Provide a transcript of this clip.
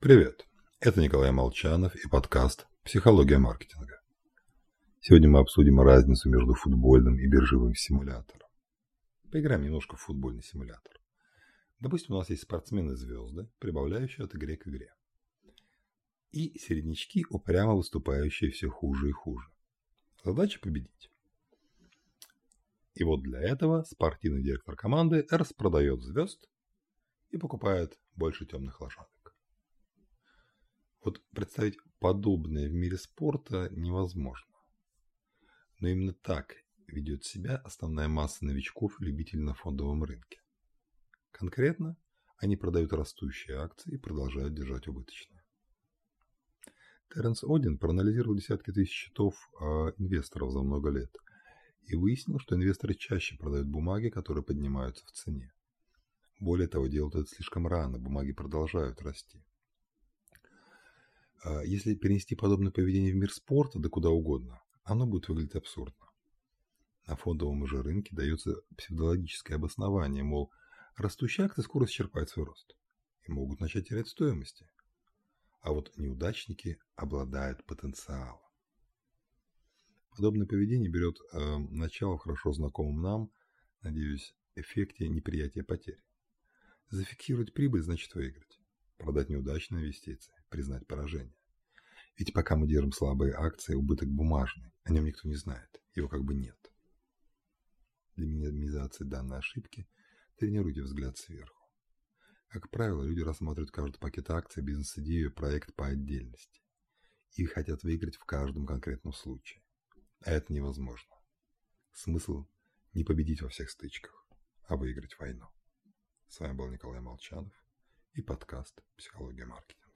Привет, это Николай Молчанов и подкаст «Психология маркетинга». Сегодня мы обсудим разницу между футбольным и биржевым симулятором. Поиграем немножко в футбольный симулятор. Допустим, у нас есть спортсмены-звезды, прибавляющие от игры к игре. И середнячки, упрямо выступающие все хуже и хуже. Задача победить. И вот для этого спортивный директор команды распродает звезд и покупает больше темных лошадок. Вот представить подобное в мире спорта невозможно. Но именно так ведет себя основная масса новичков и любителей на фондовом рынке. Конкретно они продают растущие акции и продолжают держать убыточные. Теренс Один проанализировал десятки тысяч счетов инвесторов за много лет и выяснил, что инвесторы чаще продают бумаги, которые поднимаются в цене. Более того, делают это слишком рано, бумаги продолжают расти. Если перенести подобное поведение в мир спорта, да куда угодно, оно будет выглядеть абсурдно. На фондовом же рынке дается псевдологическое обоснование, мол, растущие акции скоро исчерпают свой рост и могут начать терять стоимости. А вот неудачники обладают потенциалом. Подобное поведение берет начало в хорошо знакомом нам, надеюсь, эффекте неприятия потерь. Зафиксировать прибыль значит выиграть. Продать неудачные инвестиции, признать поражение. Ведь пока мы держим слабые акции, убыток бумажный, о нем никто не знает, его как бы нет. Для минимизации данной ошибки тренируйте взгляд сверху. Как правило, люди рассматривают каждый пакет акций, бизнес-идею, проект по отдельности. И хотят выиграть в каждом конкретном случае. А это невозможно. Смысл не победить во всех стычках, а выиграть войну. С вами был Николай Молчанов и подкаст «Психология маркетинга».